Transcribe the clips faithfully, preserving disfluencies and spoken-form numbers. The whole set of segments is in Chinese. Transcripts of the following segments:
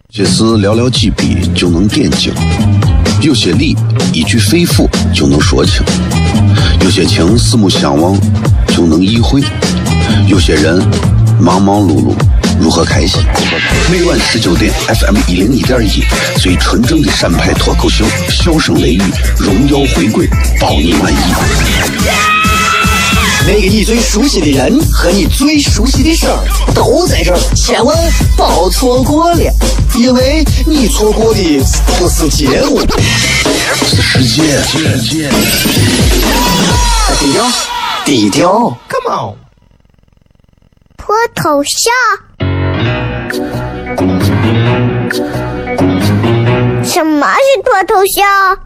这事寥寥几笔就能点睛，有些理一句肺腑就能说清，有些情四目相望就能意会，有些人忙忙碌碌如何开心。每晚十九点 F M 一零一点一，最纯正的陕派脱口秀，笑声雷雨，荣耀回归，包你满意。 那个你最熟悉的人和你最熟悉的事儿都在这儿，千万别错过了，因为你错过的不是节目， 是世界。 低调，低调 ，Come on， 脱口秀。什么是脱口秀？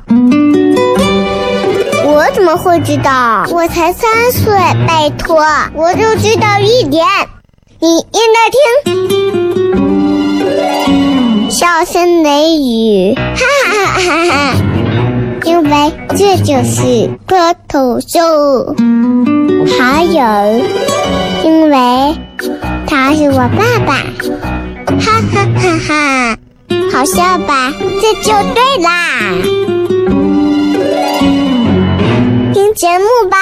我怎么会知道？我才三岁，拜托，我就知道一点。你应该听，笑声雷雨，哈哈哈哈哈！因为这就是脱口秀。还有，因为他是我爸爸，哈哈哈哈！好笑吧？这就对啦。听节目吧。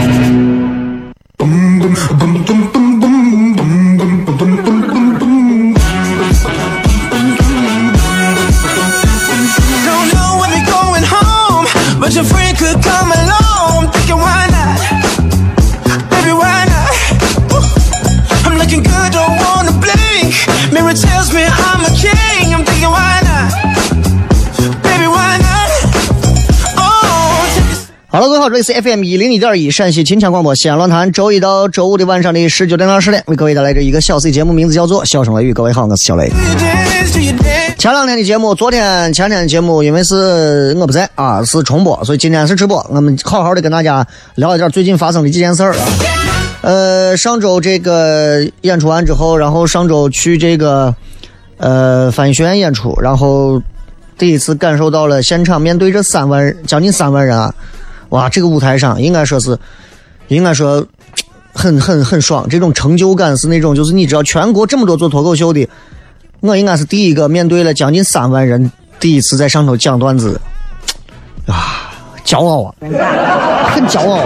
好了，各位好，这里是 F M 一零一点一陕西秦腔广播西安论坛，周一到周五的晚上的十九点到十点，为各位带来这一个小 C 节目，名字叫做笑声雷雨。各位好，我是小雷。前两天的节目，昨天前天的节目，因为是我不在啊，是重播，所以今天是直播。我们好好的跟大家聊一点最近发生的几件事儿。呃，上周这个演出完之后，然后上周去这个呃翻译学院演出，然后第一次感受到了现场面对着三万将近三万人啊。哇，这个舞台上应该说是，应该说很很很爽，这种成就感是那种，就是你知道全国这么多做脱口秀的，我应该是第一个面对了将近三万人，第一次在上头讲段子，啊，骄傲啊，很骄傲啊，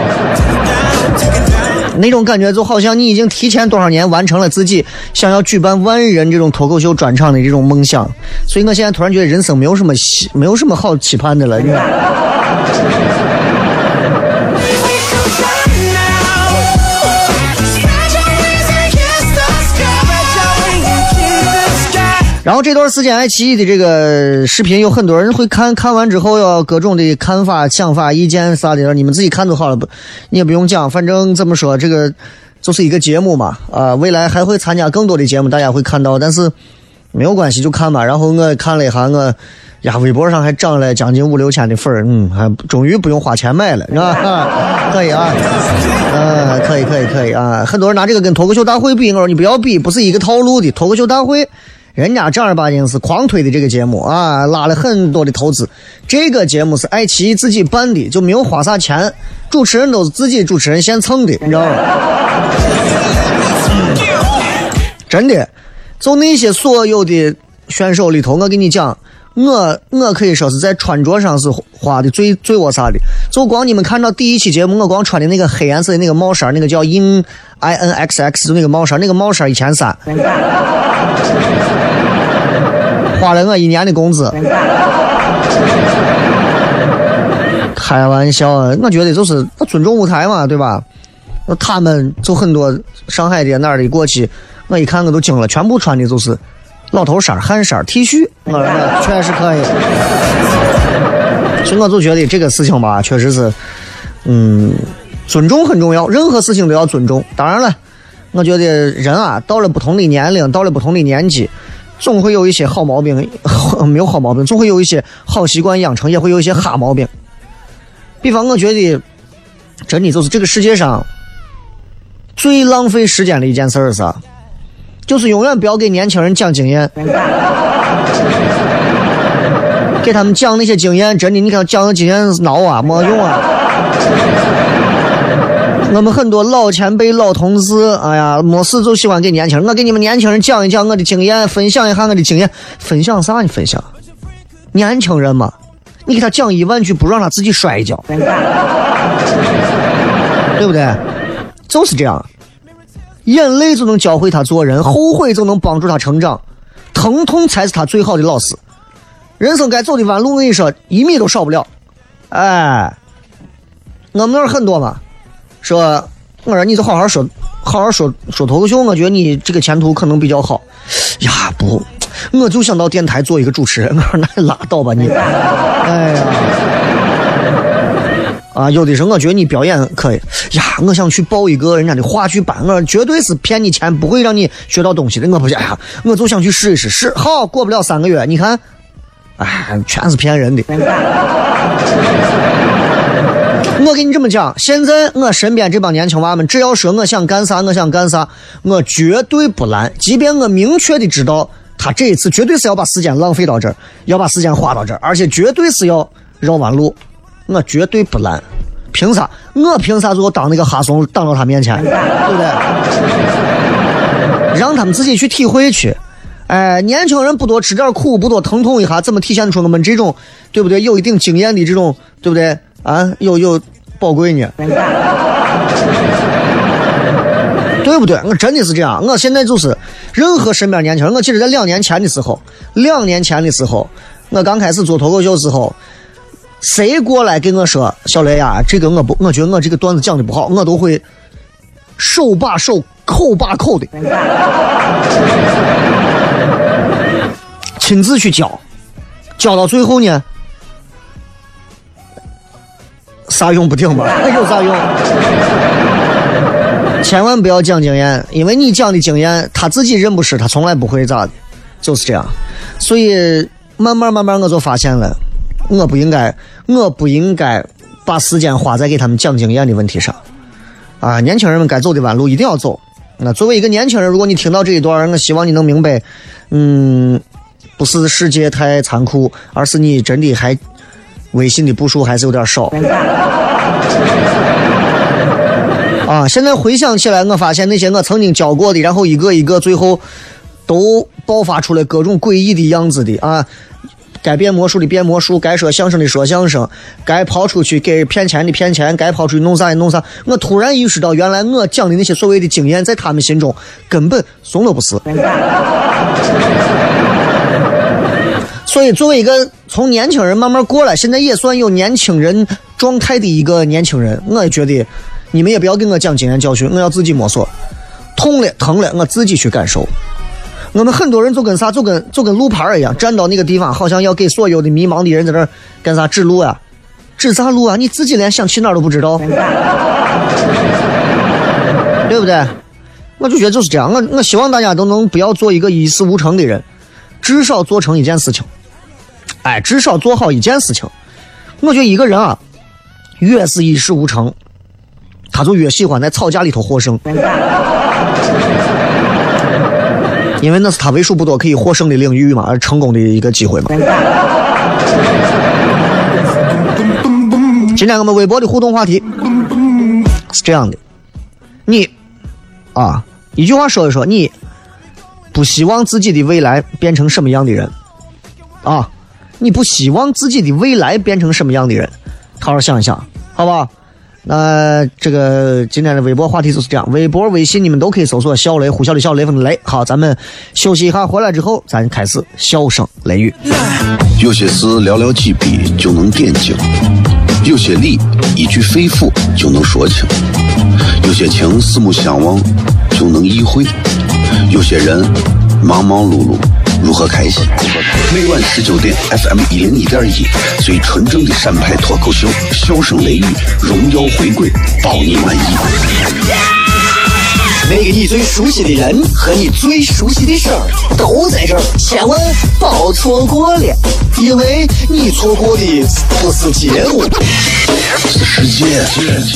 那种感觉就好像你已经提前多少年完成了自己想要举办万人这种脱口秀专场的这种梦想，所以我现在突然觉得人生没有什么没有什么好期盼的了，你知道然后这段时间爱奇艺的这个视频有很多人会看，看完之后要各种的看法想法意见啥的，你们自己看就好了，不你也不用讲，反正这么说这个就是一个节目嘛，啊，未来还会参加更多的节目，大家会看到，但是没有关系就看吧。然后我看了一下，我呀微博上还涨了将近五六千的粉，嗯，还终于不用花钱买了，是吧？可以啊，呃，可以可以可以啊，很多人拿这个跟脱口秀大会比，我说你不要比，不是一个套路的，脱口秀大会人家正儿八经是狂推的这个节目啊，拉了很多的投资。这个节目是爱奇艺自己办的，就没有花啥钱，主持人都是自己主持人先蹭的，你知道吗？真的，就那些所有的选手里头，我跟你讲，我我可以说是在穿着上是花的最最我啥的。就光你们看到第一期节目，我光穿的那个黑颜色的那个帽衫，那个叫 In I N X X 的那个帽衫，那个帽衫一千三。花了我一年的工资，开玩笑啊！我觉得就是尊重舞台嘛，对吧？他们就很多上海的那儿的过去，我一看我都惊了，全部穿的就是老头衫、汗衫、T 恤，我说确实可以。所以我就觉得这个事情吧，确实是，嗯，尊重很重要，任何事情都要尊重。当然了，我觉得人啊，到了不同的年龄，到了不同的年纪。总会有一些好毛病，没有好毛病，总会有一些好习惯养成，也会有一些哈毛病。比方我觉得真的就是这个世界上最浪费时间的一件事是啥，就是永远不要给年轻人讲经验，给他们讲那些经验，真的你看讲的经验挠啊没用啊， 我们很多老前辈老同事，哎呀，没事就喜欢给年轻人，我给你们年轻人讲一讲我的经验，分享一下我的经验。分享啥？你分享年轻人嘛，你给他讲一万句，不让他自己摔一跤，对不对？就是这样，眼泪就能教会他做人，后悔就能帮助他成长，疼痛才是他最好的老师。人生该走的弯路，我跟你说，一米都少不了。哎，我们那儿很多嘛，说我说你就好好说，好好说说脱口秀，我觉得你这个前途可能比较好。呀，不，我就想到电台做一个主持人。我说那拉倒吧你。哎呀，啊，有的时候我觉得你表演可以呀，我想去报一个人家的话剧班，我绝对是骗你钱，不会让你学到东西的。我不是，哎呀，我就想去试一试，试好过不了三个月，你看，哎，全是骗人的。我跟你这么讲，现在我身边这帮年轻娃们，只要说我想干啥，我想干啥，我绝对不拦。即便我明确的知道他这一次绝对是要把时间浪费到这儿，要把时间花到这儿，而且绝对是要绕弯路，我绝对不拦。凭啥？我凭啥就当那个哈怂挡到他面前，对不对？让他们自己去体会去。哎，年轻人不多吃点苦，不多疼痛一下，怎么体现出我们这种，对不对？有一定经验的这种，对不对？啊，有有宝贵呢，对不对？我真的是这样。我现在就是任何身边年轻人，我记得在两年前的时候，两年前的时候，我刚开始做脱口秀的时候，谁过来跟我说小雷呀，这个我不，我觉得我这个段子讲的不好，我都会手把手口把口的亲自去教，教到最后呢，啥用不定吧？有啥用？千万不要讲经验，因为你讲的经验他自己认不识，他从来不会咋的，就是这样。所以慢慢慢慢我就发现了，我不应该我不应该把时间花在给他们讲经验的问题上啊！年轻人们该走的弯路一定要走。那作为一个年轻人，如果你听到这一段，我希望你能明白，嗯，不是世界太残酷，而是你真的还微信的步数还是有点少啊！现在回想起来，我发现那些我曾经教过的，然后一个一个最后都爆发出来各种诡异的样子的啊！该变魔术的变魔术，该说相声的说相声，该抛出去给骗钱的骗钱，该抛出去弄啥的弄啥。我突然意识到，原来我讲的那些所谓的经验，在他们心中根本怂都不是。所以作为一个从年轻人慢慢过来，现在也算有年轻人状态的一个年轻人，我也觉得你们也不要跟我讲经验教训，我要自己摸索，痛了疼了我自己去感受。我们很多人就跟啥，就跟就跟路牌一样，站到那个地方，好像要给所有的迷茫的人在那儿干啥指路啊？指啥路啊？你自己连想去哪儿都不知道，对不对？我就觉得就是这样。我我希望大家都能不要做一个一事无成的人，至少做成一件事情。哎，至少做好一件事情。我觉得一个人啊，越是一事无成，他就越喜欢在吵架里头获胜。因为那是他为数不多可以获胜的领域嘛，而成功的一个机会嘛。今天我们微博的互动话题是这样的：你啊，一句话说一说，你不希望自己的未来变成什么样的人啊？你不希望自己的未来变成什么样的人？好好想一想，好不好？那这个今天的微博话题就是这样，微博微信你们都可以搜索小雷，呼啸的小雷锋的雷。好，咱们休息一下，回来之后咱开始笑声雷雨。 有些事寥寥几笔就能点睛，有些理一句肺腑就能说清，有些情四目相望就能意会，有些人忙忙碌碌如何开心？每晚十九点 F M 一零一点一，最纯正的陕派脱口秀，笑声雷雨，荣耀回归，保你满意。 那个你最熟悉的人和你最熟悉的事儿都在这儿，千万别错过了，因为你错过的不是节目， 是世界。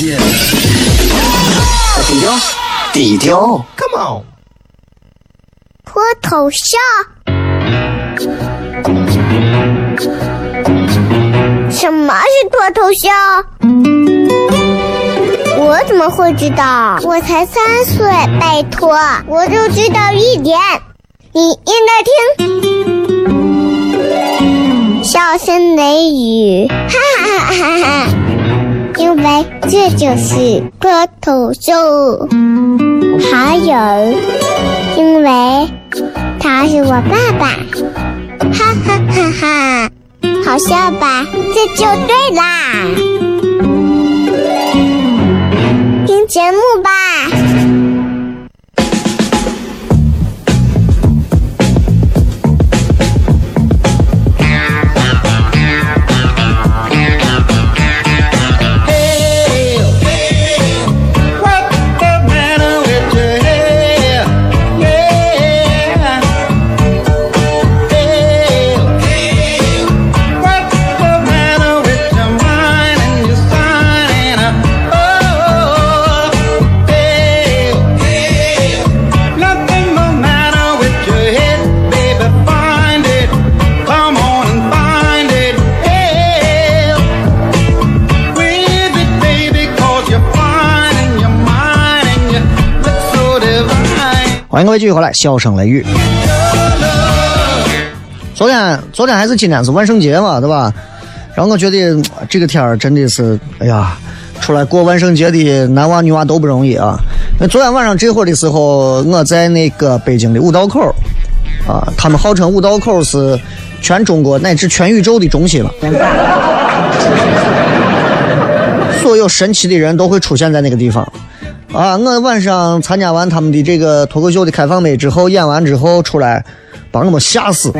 低调，低调 ，Come on。 脱头像，什么是脱头像？我我怎么会知道？我才三岁，拜托，我就知道一点。你应该听，笑声雷雨，哈哈哈哈哈！因为这就是脱口秀。还有，因为他是我爸爸，哈哈哈哈！好笑吧？这就对啦。听节目吧。 欢迎各位继续回来，笑声雷雨。昨天，昨天还是今天是万圣节嘛，对吧？然后我觉得这个天儿真的是，哎呀，出来过万圣节的男娃女娃都不容易啊。那昨天晚上这会儿的时候，我在那个北京的五道口啊，他们号称五道口是全中国乃至全宇宙的中心了。所有神奇的人都会出现在那个地方。啊，我晚上参加完他们的这个脱口秀的开放麦之后，演完之后出来，把我们吓死。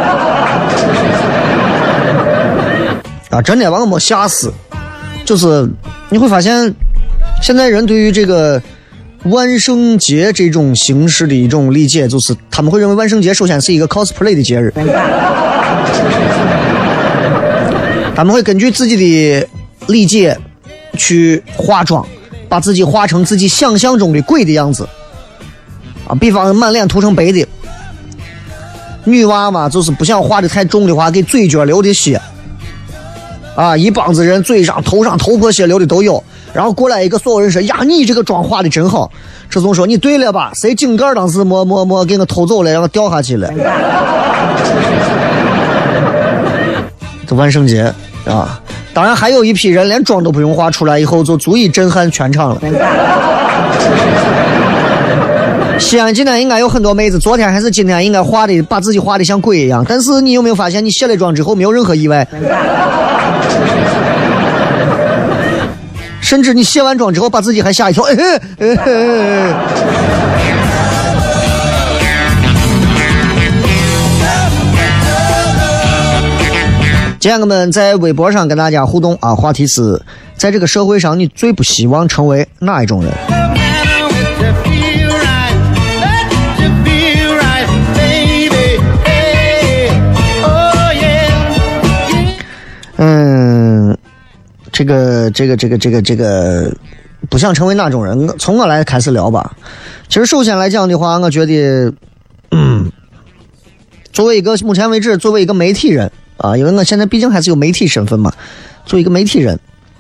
啊，真的把我们吓死。就是你会发现，现在人对于这个万圣节这种形式的一种理解，就是他们会认为万圣节首先是一个 cosplay 的节日，他们会根据自己的理解去化妆。把自己画成自己想象中的鬼的样子啊，比方满脸涂成白的，女娃嘛，就是不想画的太重的话，给嘴角流的血啊，一帮子人嘴上头上头破血流的都有，然后过来一个所有人说呀，你这个妆画的真好，这种说你对了吧，谁井盖当时摸摸摸给我偷走了，然后掉下去了。这万圣节啊，当然还有一批人连妆都不用画，出来以后就足以震撼全场了。西安今天应该有很多妹子，昨天还是今天应该画的把自己画的像鬼一样，但是你有没有发现你卸了妆之后没有任何意外？甚至你卸完妆之后把自己还吓一跳。哎嘿哎嘿今天我们在微博上跟大家互动啊，话题是在这个社会上你最不希望成为哪一种人？嗯，这个这个这个这个这个不想成为哪种人？从我来开始聊吧。其实首先来讲的话，我觉得，嗯，作为一个目前为止作为一个媒体人。啊，因为我现在毕竟还是有媒体身份嘛，做一个媒体人，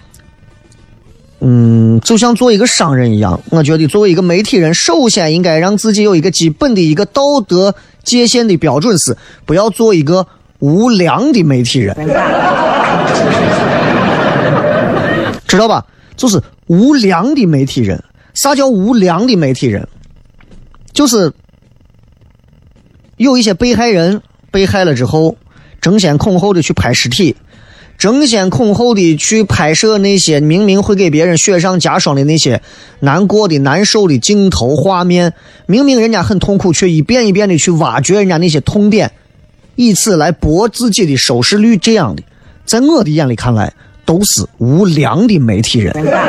嗯，就像做一个商人一样，我觉得作为一个媒体人，首先应该让自己有一个基本的一个道德界限的标准是，不要做一个无良的媒体人，知道吧？就是无良的媒体人。啥叫无良的媒体人？就是有一些被害人被害了之后。争先恐后的去拍尸体，争先恐后的去拍摄那些明明会给别人雪上加霜的那些难过的难受的镜头画面，明明人家很痛苦，却一遍一遍的去挖掘人家那些痛点，以此来博自己的收视率，这样的在我的眼里看来都是无良的媒体人。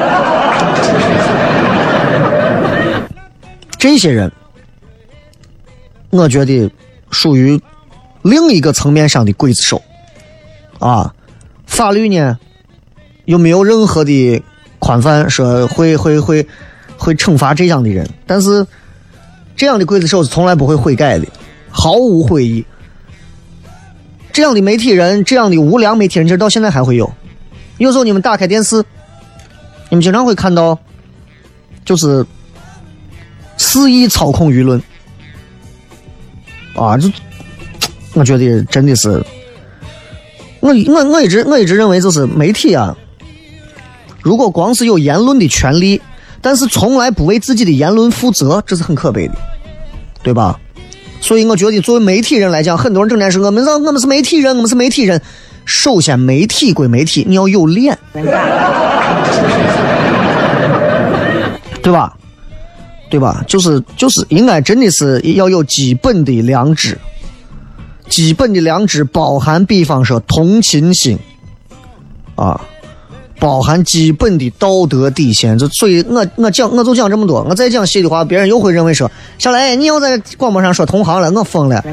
这些人我觉得属于另一个层面上的刽子手啊，法律呢又没有任何的宽泛说会会会会惩罚这样的人，但是这样的刽子手是从来不会悔改的，毫无悔意。这样的媒体人，这样的无良媒体人，其实到现在还会有。有时候你们打开电视，你们经常会看到就是肆意操控舆论啊！就我觉得真的是，我我我一直我一直认为就是媒体啊，如果光是有言论的权利，但是从来不为自己的言论负责，这是很可悲的，对吧？所以我觉得作为媒体人来讲，很多人整天说我们我们是媒体人，我们是媒体人。首先，媒体归媒体，你要有脸，对吧？对吧？就是就是应该真的是要有基本的良知，基本的良知包含，比方说同情心啊，包含基本的道德底线。就所以我我讲我就讲这么多，我再讲细的话，别人又会认为说，小雷你又在广播上说同行了，我疯了。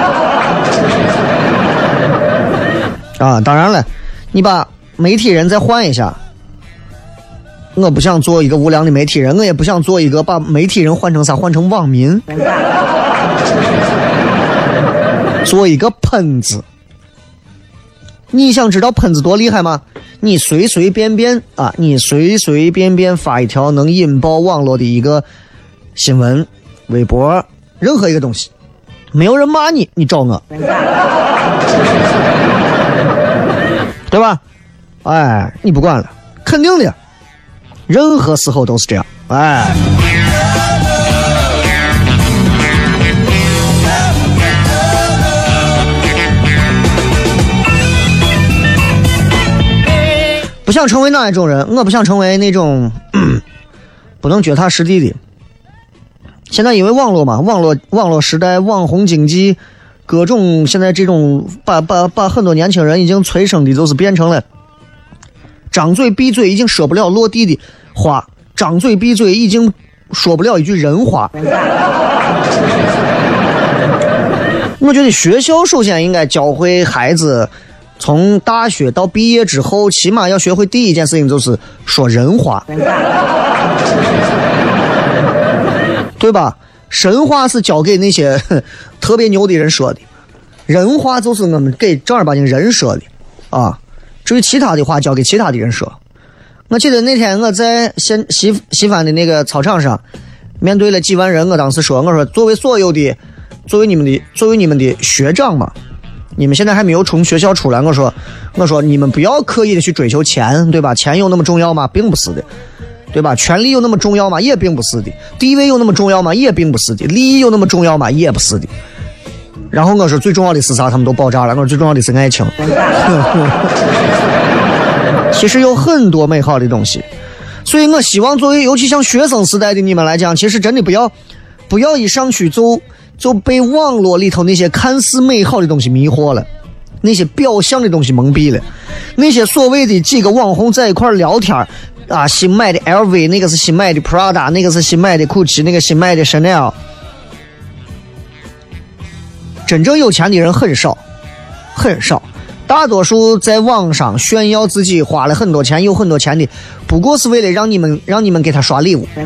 啊，当然了，你把媒体人再换一下，我不想做一个无良的媒体人，我也不想做一个把媒体人换成啥，换成网民，做一个喷子。你想知道喷子多厉害吗？你随随便便啊，你随随便便发一条能引爆网络的一个新闻、微博，任何一个东西，没有人骂你，你找我。对吧？哎，你不管了，肯定的，任何时候都是这样。哎，不想成为哪一种人？我不想成为那种不能脚踏实地的。现在因为网络嘛，网络网络时代，网红经济。各种现在这种把把把很多年轻人已经催生的都是变成了张嘴闭嘴已经说不了落地的话，张嘴闭嘴已经说不了一句人话。我觉得学校首先应该教会孩子，从大学到毕业之后，起码要学会第一件事情就是说人话，对吧？神话是交给那些特别牛的人说的，人话就是我们给正儿八经人说的啊。至于其他的话，交给其他的人说。我记得那天我在西西西番的那个操场上，面对了几万人，我当时说，我说作为所有的，作为你们的，作为你们的学长嘛，你们现在还没有从学校出来，我说，我说你们不要刻意的去追求钱，对吧？钱有那么重要吗？并不是的。对吧？权力有那么重要吗？也并不是的。地位有那么重要吗？也并不是的。利益有那么重要吗？也不是的。然后我说最重要的是啥？他们都爆炸了。我说最重要的是爱情。其实有很多美好的东西，所以我希望作为尤其像学生时代的你们来讲，其实真的不要不要一上去就就被网络里头那些看似美好的东西迷惑了，那些表象的东西蒙蔽了，那些所谓的几个网红在一块聊天啊，新买的 L V， 那个是新买的 Prada， 那个是新买的 Gucci， 那个新买的 Chanel。真正有钱的人很少，很少，大多数在网上炫耀自己花了很多钱，有很多钱的，不过是为了让你们让你们给他刷礼物。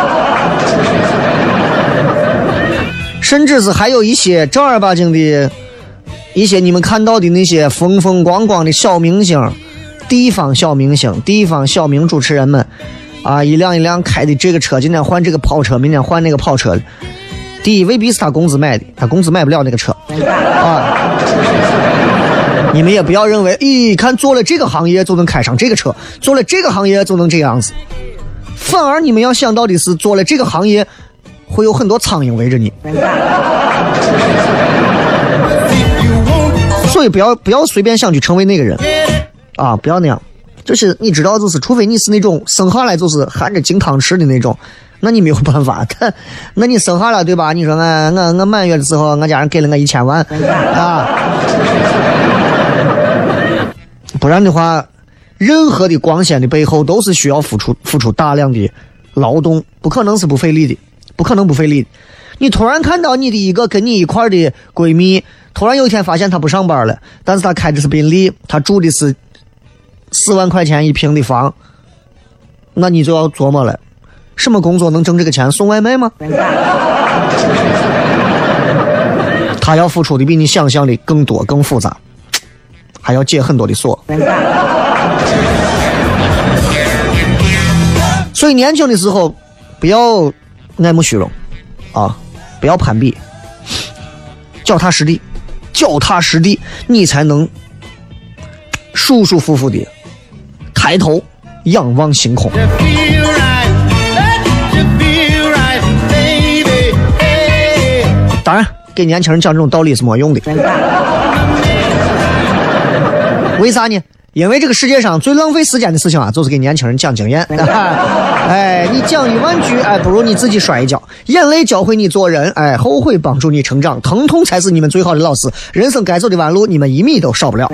甚至是还有一些正儿八经的，一些你们看到的那些风风光光的小明星。地方小明星，地方小名主持人们，啊，一辆一辆开的这个车，今天换这个跑车，明天换那个跑车。第一，未必是他工资买的，他工资买不了那个车啊。你们也不要认为，咦，看做了这个行业就能开上这个车，做了这个行业就能这样子。反而你们要想到的是，做了这个行业会有很多苍蝇围着你。所以不要不要随便想去成为那个人。啊，不要那样，就是你知道，就是除非你是那种生下来就是含着金汤匙的那种，那你没有办法。但那你生下来对吧？你说我我我满月的时候，我家人给了我一千万啊，不然的话，任何的光鲜的背后都是需要付出付出大量的劳动，不可能是不费力的，不可能不费力的。你突然看到你的一个跟你一块的闺蜜，突然有一天发现她不上班了，但是她开的是宾利，她住的是四万块钱一平的房，那你就要琢磨了，什么工作能挣这个钱？送外卖吗？他要付出的比你想象的更多更复杂，还要解很多的锁。所以年轻的时候不要爱慕虚荣啊，不要攀比，脚踏实地，脚踏实地，你才能舒舒服服的抬头仰望星空。当然给年轻人讲这种道理是没用的，为啥呢？因为这个世界上最浪费时间的事情啊，就是给年轻人讲经验。哎，你讲一万句，哎，不如你自己摔一跤。眼泪教会你做人，哎，后悔帮助你成长，疼痛才是你们最好的老师。人生该走的弯路，你们一米都少不了。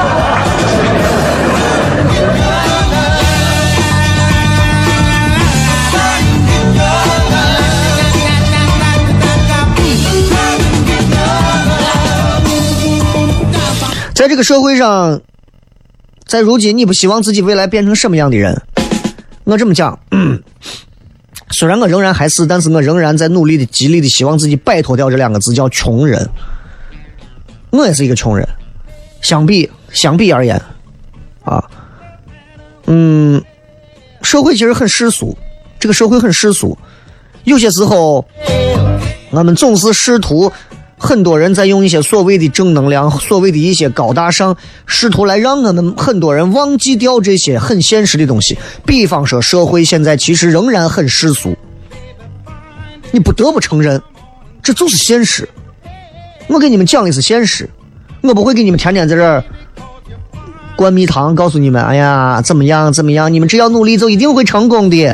在这个社会上，在如今你不希望自己未来变成什么样的人？我这么讲、嗯、虽然我仍然还是，但是我仍然在努力的极力的希望自己摆脱掉这两个字叫穷人。我也是一个穷人，相比相比而言啊，嗯，社会其实很世俗，这个社会很世俗，有些时候我们总是试图，很多人在用一些所谓的正能量，所谓的一些高大上，试图来让我们很多人忘记掉这些很现实的东西。比方说社会现在其实仍然很世俗，你不得不承认这就是现实。我给你们讲的是现实，我不会给你们天天在这儿灌蜜糖告诉你们哎呀怎么样怎么样，你们只要努力就一定会成功的。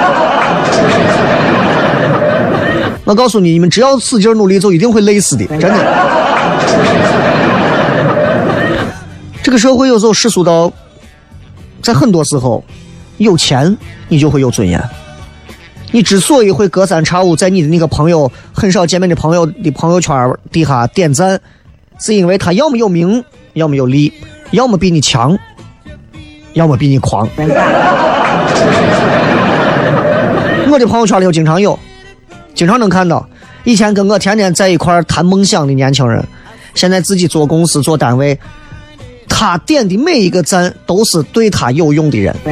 我告诉你，你们只要使劲努力就一定会累死的，真的。这个社会有时候世俗到，在很多时候，有钱你就会有尊严。你之所以会隔三差五在你的那个朋友很少见面的朋友的朋友圈底下点赞，是因为他要么有名，要么有利，要么比你强，要么比你狂。我的朋友圈里头经常有。经常能看到，以前跟我天天在一块谈梦想的年轻人，现在自己做公司做单位，他点的每一个赞都是对他有用的人。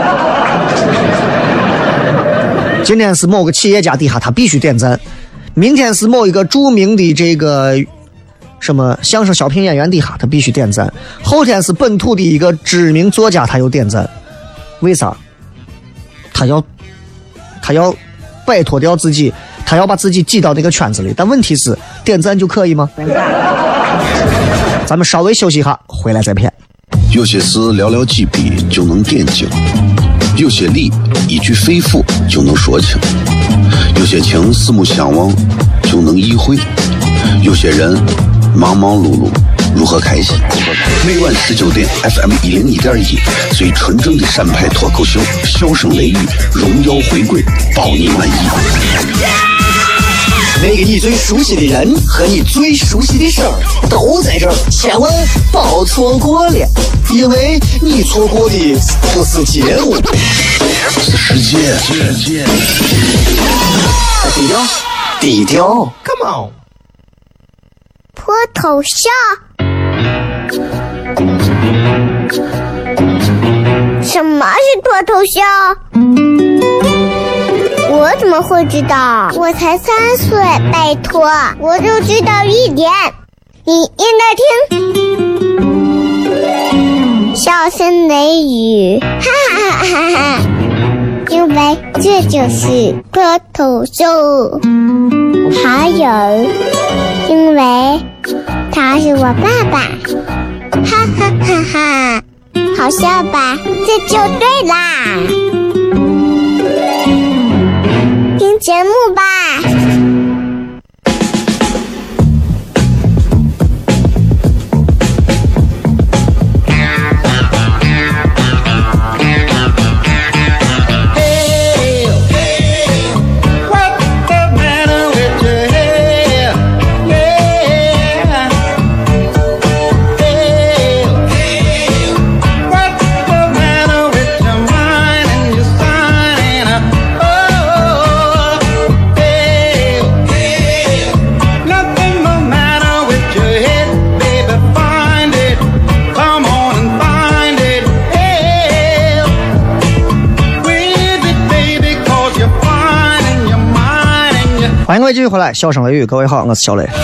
今天是某个企业家底下他必须点赞，明天是某一个著名的这个什么相声小品演员底下他必须点赞，后天是本土的一个知名作家他又点赞。为啥？他要他要摆脱掉自己，他要把自己挤到那个圈子里，但问题是点赞就可以吗？咱们稍微休息一下，回来再骗。 有些事寥寥几笔就能点睛，有些理一句肺腑就能说清，有些情四目相望就能意会，有些人忙忙碌碌如何开心？每晚十九点 F M 一零一点一，最纯正的陕派脱口秀，笑声雷雨，荣耀回归，保你满意。 那个你最熟悉的人和你最熟悉的事儿都在这儿，千万别错过了，因为你错过的不是节目， 是世界。 低调，低调 ，Come on。 脱头像，什么是脱头像？我怎么会知道？我才三岁，拜托，我就知道一点。你应该听，笑声雷雨，哈哈哈哈哈！因为这就是脱头秀。还有，因为他是我爸爸，哈哈哈哈！好笑吧？这就对啦。听节目吧。 欢迎各位继续回来，笑声雷雨，各位好，我是小雷。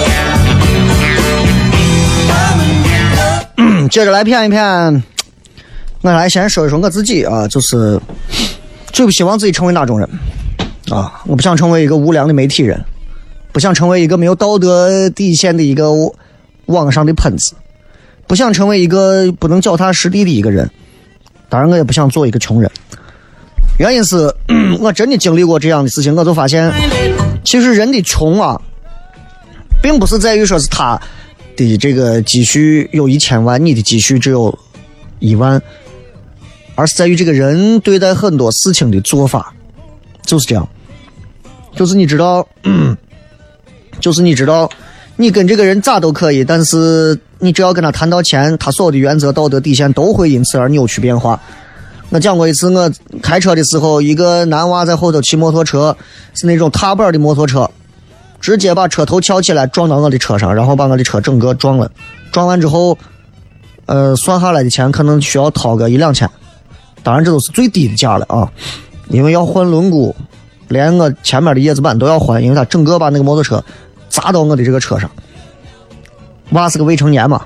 嗯，接着来骗一骗，我来先说一说我自己啊，就是最不希望自己成为哪种人啊？我不想成为一个无良的媒体人，不想成为一个没有道德底线的一个网上的喷子，不想成为一个不能脚踏实地的一个人。当然，我也不想做一个穷人。原因是我真的经历过这样的事情，我就发现其实人的穷啊并不是在于说是他的这个积蓄有一千万，你的积蓄只有一万，而是在于这个人对待很多事情的做法。就是这样，就是你知道就是你知道你跟这个人咋都可以，但是你只要跟他谈到钱，他所有的原则道德底线都会因此而扭曲变化。我讲过一次，我开车的时候，一个男娃在后头骑摩托车，是那种踏板的摩托车，直接把车头翘起来撞到我的车上，然后把我的车整个撞了。撞完之后，呃，算下来的钱可能需要掏个一两千，当然这都是最低的价了啊，因为要换轮毂，连我前面的叶子板都要换，因为他整个把那个摩托车砸到我的这个车上。娃是个未成年嘛，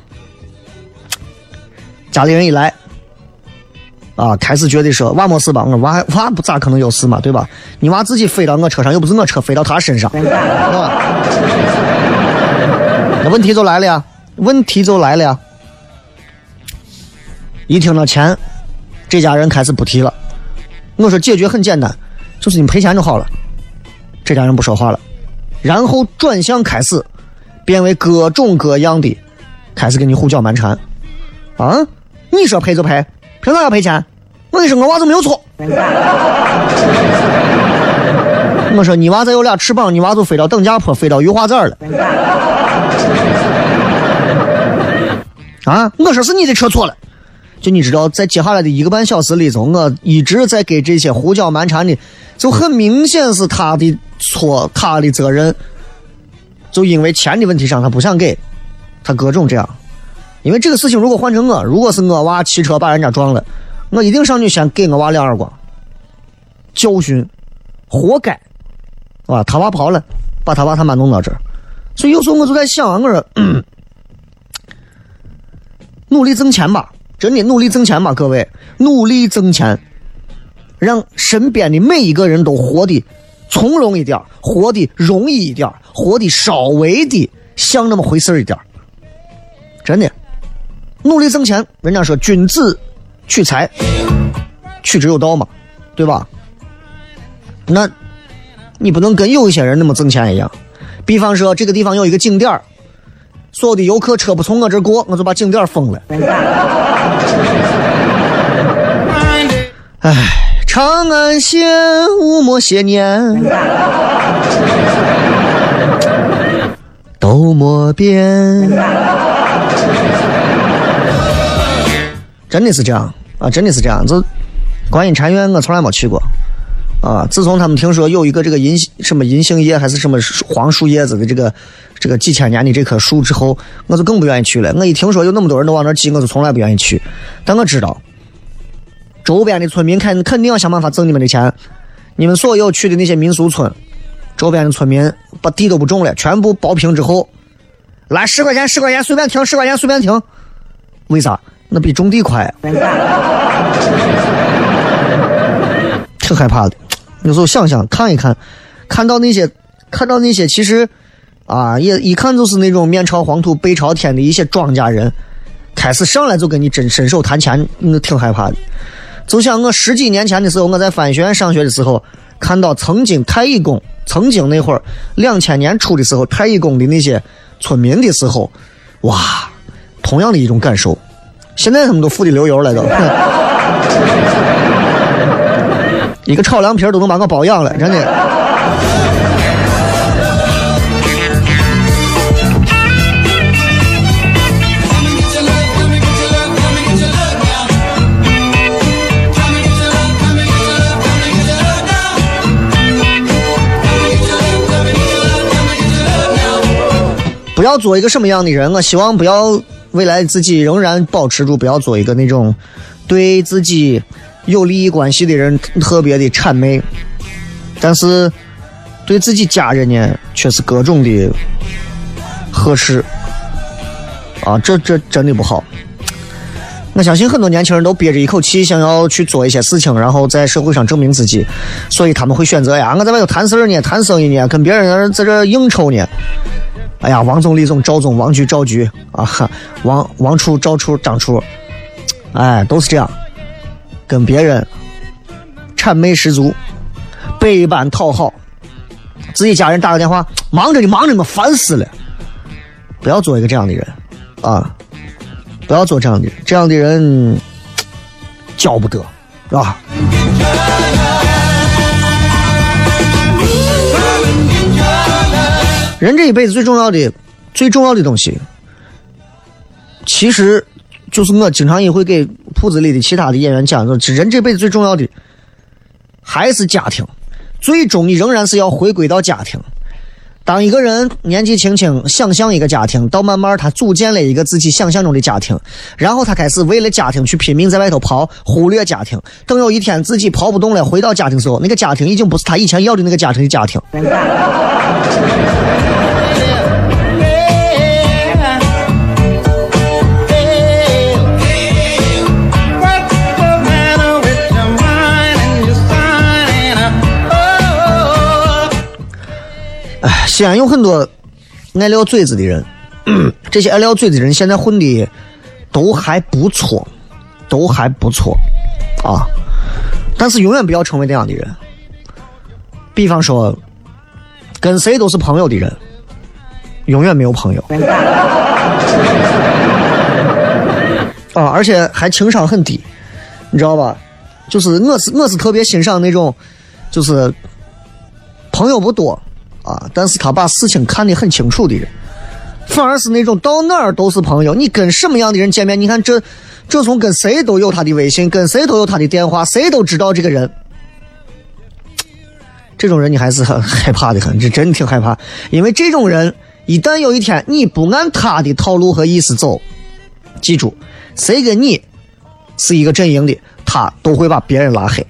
家里人一来。啊，开始觉得说娃没事吧，我娃娃不咋可能有事嘛，对吧？你娃自己飞到我车上，又不是我车飞到他身上，对吧？那问题就来了呀，问题就来了呀！一听到钱，这家人开始不提了。我说解决很简单，就是你们赔钱就好了。这家人不说话了，然后转向开始变为各种各样的，开始给你胡搅蛮缠。啊，你说赔就赔。凭啥要赔钱？为什么我娃子没有错？我说你娃子有俩翅膀，你娃子飞到等价坡，飞到鱼花寨了。啊！我说是你的车错了。就你知道，在接下来的一个半小时里头，我一直在给这些胡搅蛮缠的，就很明显是他的错，他的责任。就因为钱的问题上，他不想给，他各种这样。因为这个事情如果换成我，如果是我娃骑车把人家撞了，我一定上去先给我娃两耳光，教训，活该，啊，他娃跑了，把他娃他妈弄到这儿。所以有时候我就在想啊，我说、嗯、努力挣钱吧，真的努力挣钱吧，各位，努力挣钱，让身边的每一个人都活得从容一点，活得容易一点，活得稍微的像那么回事一点，真的。努力挣钱，人家说君子取财，取之有道嘛，对吧？那你不能跟有一些人那么挣钱一样。比方说这个地方有一个景点，所有的游客车不从我这儿过，我就把景点封了。唉，长安县无么些年，都莫变。真的是这样啊！真的是这样。就观音禅院，我从来没去过啊。自从他们听说有一个这个银什么银杏叶还是什么黄树叶子的这个这个几千年的这棵树之后，我就更不愿意去了。我一听说有那么多人都往那儿挤，我就从来不愿意去。但我知道，周边的村民肯肯定要想办法挣你们的钱。你们所有去的那些民俗村，周边的村民把地都不种了，全部包平之后，来十块钱十块钱随便停，十块钱随便停。为啥？那比种地快，挺害怕的。有时候想想看一看，看到那些看到那些其实啊，也一看就是那种面朝黄土背朝天的一些庄稼人，开始上来就跟你真伸手谈钱，那挺害怕的。就像我十几年前的时候，我在翻学院上学的时候，看到曾经太乙宫，曾经那会儿两千年初的时候，太乙宫的那些村民的时候，哇，同样的一种感受。现在他们都富得流油了都，一个炒凉皮都能把我包养了，真的。不要做一个什么样的人，我希望不要未来自己仍然保持住，不要做一个那种对自己有利益关系的人特别的谄媚。但是对自己家人呢却是各种的呵斥啊，这这真的不好。我相信很多年轻人都憋着一口气想要去做一些事情，然后在社会上证明自己，所以他们会选择呀，我在外头谈事儿呢，谈生意呢，跟别人在这应酬呢。哎呀，王总、李总、赵总、王局、赵局啊，王王处、赵处、张处，哎，都是这样，跟别人谄媚十足，百般讨好，自己家人打个电话，忙着你忙着你们烦死了。不要做一个这样的人啊！不要做这样的人，这样的人教不得，是吧？人这一辈子最重要的、最重要的东西，其实就是我经常也会给铺子里的其他的演员讲说，人这辈子最重要的还是家庭，最终你仍然是要回归到家庭。当一个人年纪轻轻想象一个家庭，到慢慢他组建了一个自己想象中的家庭，然后他开始为了家庭去拼命在外头跑，忽略家庭。等有一天自己跑不动了，回到家庭的时候，那个家庭已经不是他以前要的那个家庭的家庭。西安有很多爱撂嘴子的人，这些爱撂嘴子的人现在混的都还不错，都还不错啊！但是永远不要成为那样的人。比方说，跟谁都是朋友的人，永远没有朋友啊！而且还情商很低，你知道吧？就是我是我是特别欣赏那种，就是朋友不多。啊！但是他把事情看得很清楚的人，反而是那种到哪儿都是朋友。你跟什么样的人见面，你看这，这从跟谁都有他的微信，跟谁都有他的电话，谁都知道这个人。这种人你还是很害怕的很，这真挺害怕。因为这种人一旦有一天你不按他的套路和意思走，记住，谁跟你是一个阵营的，他都会把别人拉黑。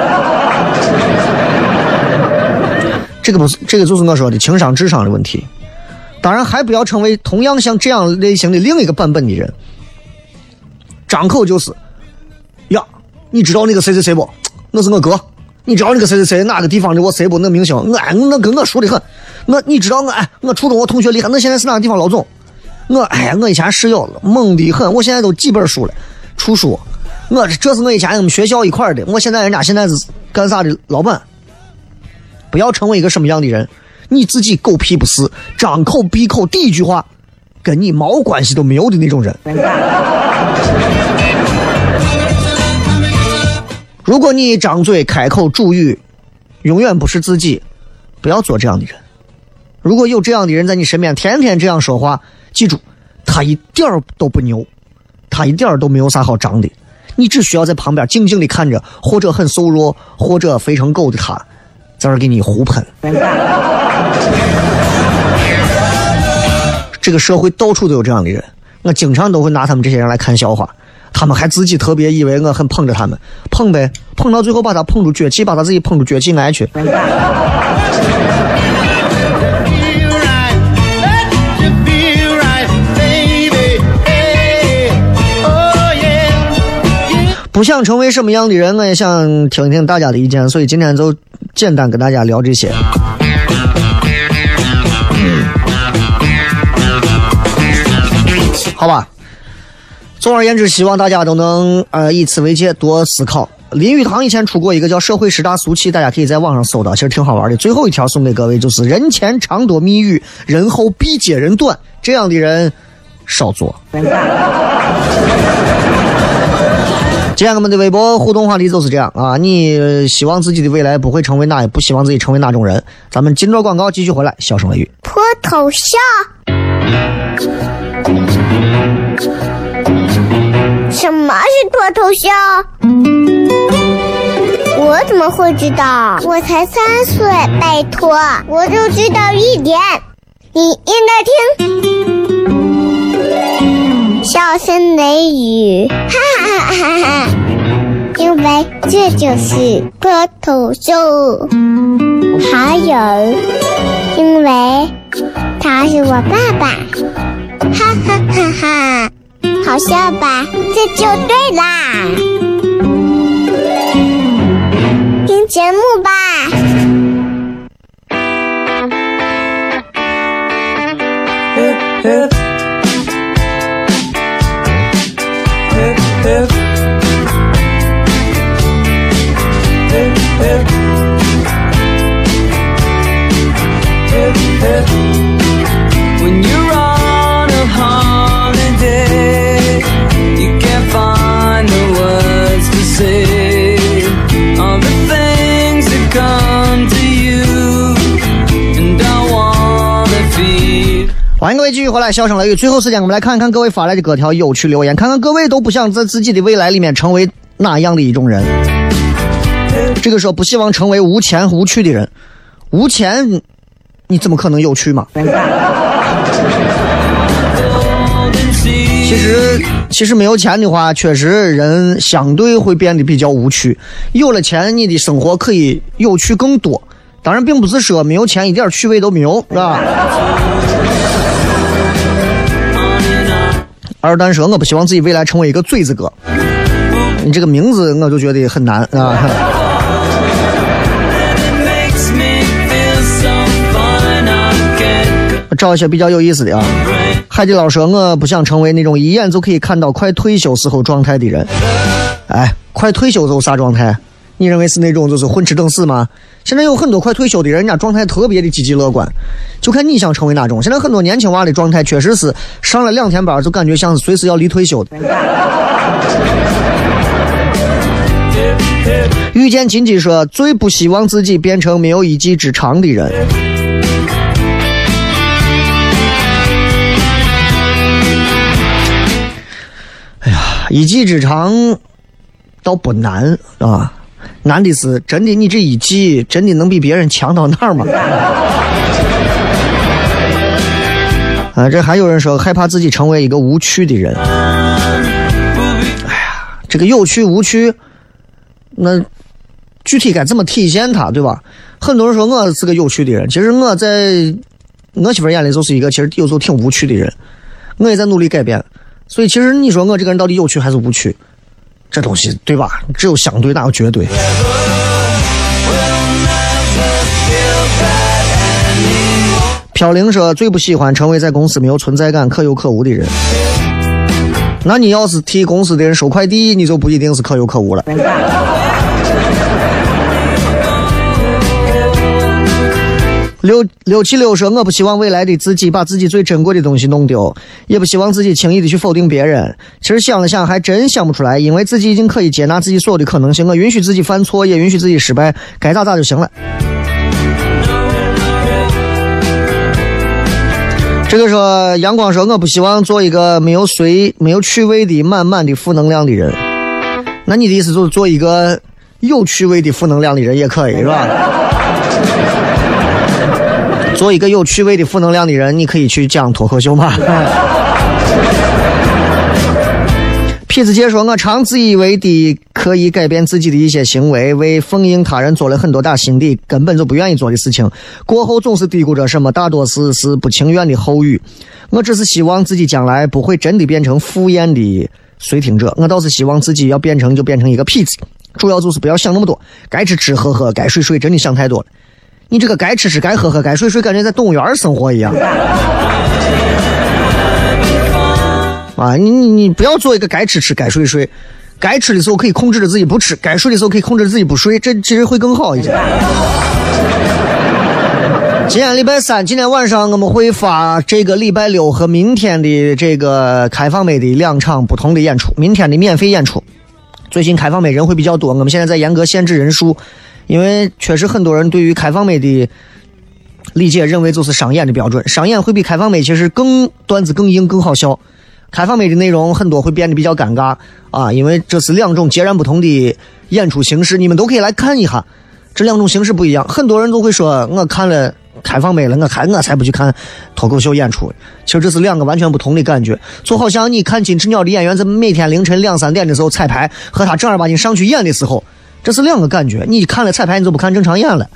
这个不是，这个就是我说的情商智商的问题。当然还不要成为同样像这样类型的另一个版本的人，张口就是呀，你知道那个谁谁谁不？那是我哥。你知道那个谁谁谁哪个地方的我谁不？那明星，我哎，那跟我熟得很。我你知道我哎，我初中我同学厉害，那现在是哪个地方老总？我哎，我以前室友猛得很，我现在都几本书了，出书。我这是我以前我们学校一块的，我现在人家现在是干啥的老板。不要成为一个什么样的人，你自己狗屁不是，张口闭口第一句话跟你毛关系都没有的那种人。如果你张嘴开口主语永远不是自己，不要做这样的人。如果有这样的人在你身边天天这样说话，记住，他一点都不牛，他一点都没有啥好张的，你只需要在旁边静静地看着，或者很瘦弱，或者非常狗的他在这给你胡喷。这个社会到处都有这样的人，我经常都会拿他们这些人来看笑话，他们还自己特别以为我很捧着他们，捧呗，捧到最后把他捧出绝气，把他自己捧出绝气来去。不想成为什么样的人，我也想听一听大家的意见，所以今天就简单跟大家聊这些。好吧，总而言之，希望大家都能呃以此为戒，多思考。林语堂以前出过一个叫《社会十大俗气》，大家可以在网上搜到，其实挺好玩的。最后一条送给各位，就是人前常多蜜语，人后必揭人短，这样的人少做。今天我们的微博互动话题就是这样啊！你希望自己的未来不会成为哪，不希望自己成为哪种人？咱们今朝广告继续回来，笑声雷雨。 脱头像，什么是脱头像？我怎么会知道？我才三岁，拜托，我就知道一点。你应该听。笑声雷雨，哈哈哈哈哈！ 因为这就是脱口秀。还有，因为他是我爸爸，哈哈哈哈，好笑吧？这就对啦，听节目吧。 When you're on a holiday, you can't find the words to say all the things that come to you, and I wanna feel. 欢迎各位继续回来，笑声雷雨。最后时间，我们来看看各位发来的各条有趣留言，看看各位都不想在自己的未来里面成为哪样的一种人。这个时候不希望成为无钱无趣的人，无钱你怎么可能有趣嘛？其实其实没有钱的话，确实人相对会变得比较无趣。有了钱，你的生活可以有趣更多。当然，并不是说没有钱一点趣味都没有，是吧？二蛋说：“我不希望自己未来成为一个嘴子哥。”你这个名字我就觉得很难啊。找一些比较有意思的啊。海底捞说：“我不想成为那种一眼就可以看到快退休时候状态的人。”哎，快退休时候啥状态？你认为是那种就是混吃等死吗？现在有很多快退休的人，人家状态特别的积极乐观，就看你想成为哪种。现在很多年轻娃的状态确实是上了两天班就感觉像是随时要离退休的。遇见金鸡说：“最不希望自己变成没有一技之长的人。”哎呀，一技之长倒不难啊，难的是真的你这一技真的能比别人强到哪儿吗？啊，这还有人说害怕自己成为一个无趣的人。哎呀，这个有趣无趣，那具体该怎么体现它，对吧？很多人说我是个有趣的人，其实我在我媳妇眼里就是一个其实有时候挺无趣的人，我也在努力改变。所以其实你说我这个人到底有趣还是无趣，这东西对吧？只有相对哪有绝对。飘零说最不喜欢成为在公司没有存在感可有可无的人。那你要是替公司的人收快递，你就不一定是可有可无了。六六七六说：“我不希望未来的自己把自己最珍贵的东西弄丢，也不希望自己轻易的去否定别人。其实想了想，还真想不出来，因为自己已经可以接纳自己所有的可能性，我允许自己犯错，也允许自己失败，该咋咋就行了。”这个说阳光说：“我不希望做一个没有随没有趣味的满满的负能量的人。”那你的意思就是做一个有趣味的负能量的人也可以，是吧？做一个有趣味的负能量的人，你可以去讲脱口秀吗？痞子姐说：“我常自以为的可以改变自己的一些行为，为奉迎他人做了很多打心底根本就不愿意做的事情，过后总是嘀咕着什么，大多是是不情愿的后语。我只是希望自己将来不会真的变成敷衍的随听者，我倒是希望自己要变成就变成一个痞子，主要就是不要想那么多，该吃吃喝喝，该睡睡，真的想太多了。你这个该吃吃该喝喝该睡睡，感觉在动物园生活一样啊！你你你不要做一个该吃吃该睡睡，该吃的时候可以控制着自己不吃，该睡的时候可以控制着自己不睡，这其实会更好一点。今天礼拜三，今天晚上我们会发这个礼拜六和明天的这个开放美的两场不同的演出，明天的免费演出。最近开放美人会比较多，我们现在在严格限制人数。因为确实很多人对于开放美的理解认为就是商演的标准，商演会比开放美其实更段子更硬更好笑，开放美的内容很多会变得比较尴尬啊，因为这是两种截然不同的演出形式，你们都可以来看一下，这两种形式不一样。很多人都会说我看了开放美了，我看我才不去看脱口秀演出。其实这是两个完全不同的感觉，就好像你看金翅鸟的演员在每天凌晨两三点的时候彩排，和他正儿八经上去演的时候，这是两个感觉。你看了彩排，你就不看正常演了。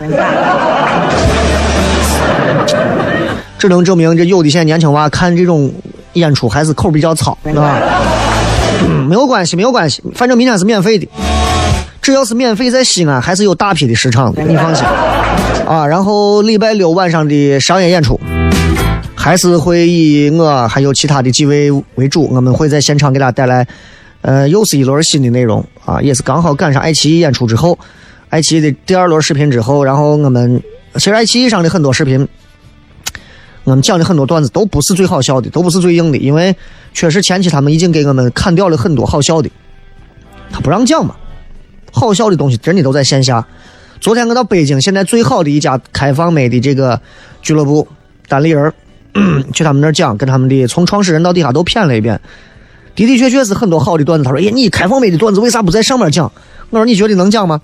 只能证明这有的现在年轻娃看这种演出还是口比较糙啊。嗯，没有关系，没有关系，反正明天是免费的。只要是免费，在西安还是有大批的市场的，你放心啊。然后礼拜六晚上的商业演出，还是会以我还有其他的几位为主，我们会在现场给大家带来，呃，又是一轮新的内容啊，也是刚好赶上爱奇艺演出之后，爱奇艺的第二轮视频之后，然后我们其实爱奇艺上的很多视频。我们讲的很多段子都不是最好笑的，都不是最硬的，因为确实前期他们已经给我们砍掉了很多好笑的，他不让讲嘛。好笑的东西真的都在线下。昨天我到北京，现在最好的一家开放美的这个俱乐部单立人，去他们那儿讲，跟他们的从创始人到底下都骗了一遍，的的确确是很多好的段子。他说：“哎，你开放美的段子为啥不在上面讲？”我说：“你觉得能讲吗？”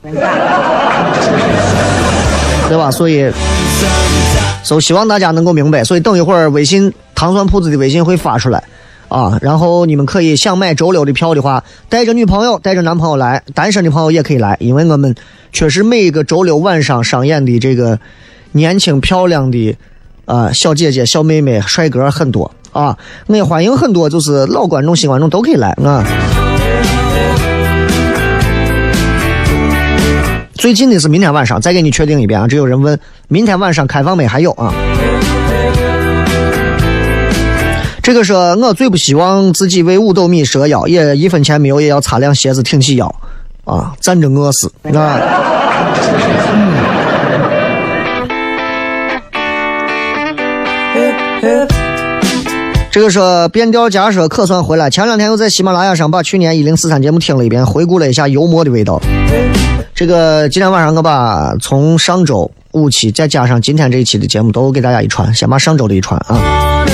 对吧？所以。所以希望大家能够明白，所以等一会儿微信糖蒜铺子的微信会发出来啊，然后你们可以想买周六的票的话，带着女朋友带着男朋友来，单身的朋友也可以来，因为我们确实每一个周六晚上上演的这个年轻漂亮的啊、呃、小姐姐小妹妹帅哥很多啊，我也欢迎很多就是老观众新观众都可以来啊。最近的是明天晚上，再给你确定一遍啊！这有人问，明天晚上开放美还有啊？这个说我最不希望自己为五斗米折腰，也一分钱没有也要擦亮鞋子挺起腰啊！站着饿死啊！这个说变调假设可算回来，前两天又在喜马拉雅上把去年一零四三节目听了一遍，回顾了一下幽默的味道。这个今天晚上我把从上周五期再加上今天这一期的节目都给大家一传，先把上周的一传啊。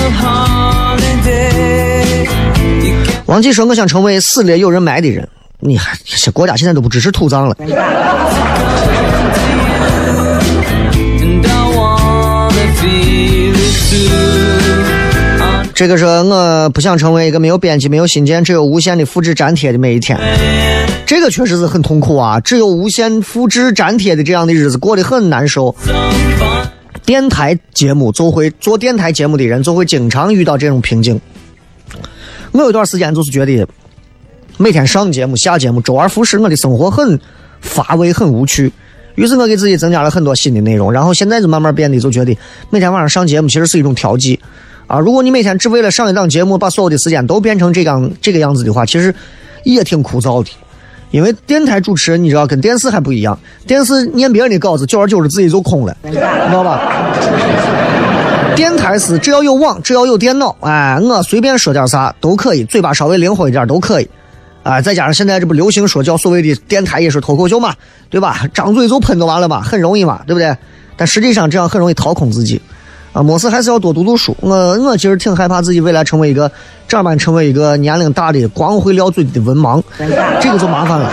王继说我想成为死了有人埋的人，你还国家现在都不支持土葬了。这个说我不想成为一个没有编辑没有信件只有无限的复制粘贴的每一天，这个确实是很痛苦啊，只有无限复制粘贴的这样的日子过得很难受。电台节目就会做电台节目的人就会经常遇到这种瓶颈。我有一段时间就是觉得每天上节目下节目周而复始，我的生活很乏味很无趣，于是我给自己增加了很多新的内容，然后现在就慢慢变得就觉得每天晚上上节目其实是一种调剂啊！如果你每天只为了上一档节目把所有的时间都变成这样这个样子的话，其实也挺枯燥的。因为电台主持人你知道跟电视还不一样，电视念别人的稿子久而久之自己就空了，你知道吧？电台是只要有网只要有电脑，哎，我随便说点啥都可以，嘴巴稍微灵活一点都可以啊！再加上现在这不流行说叫所谓的电台也是脱口秀嘛，对吧？张嘴就喷就完了嘛，很容易嘛，对不对？但实际上这样很容易掏空自己啊！没事还是要多读读书。我我其实挺害怕自己未来成为一个这样成为一个年龄大的光会撂嘴的文盲，这个就麻烦了。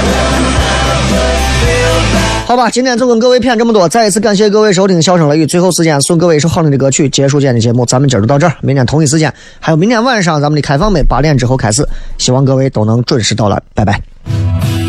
好吧，今天就跟各位谝这么多，再一次感谢各位收听笑声雷雨，最后时间送各位一首好听的歌曲结束今天的节目，咱们今儿就到这儿，明天同一时间还有明天晚上咱们的开放美八点之后开始，希望各位都能准时到来，拜拜。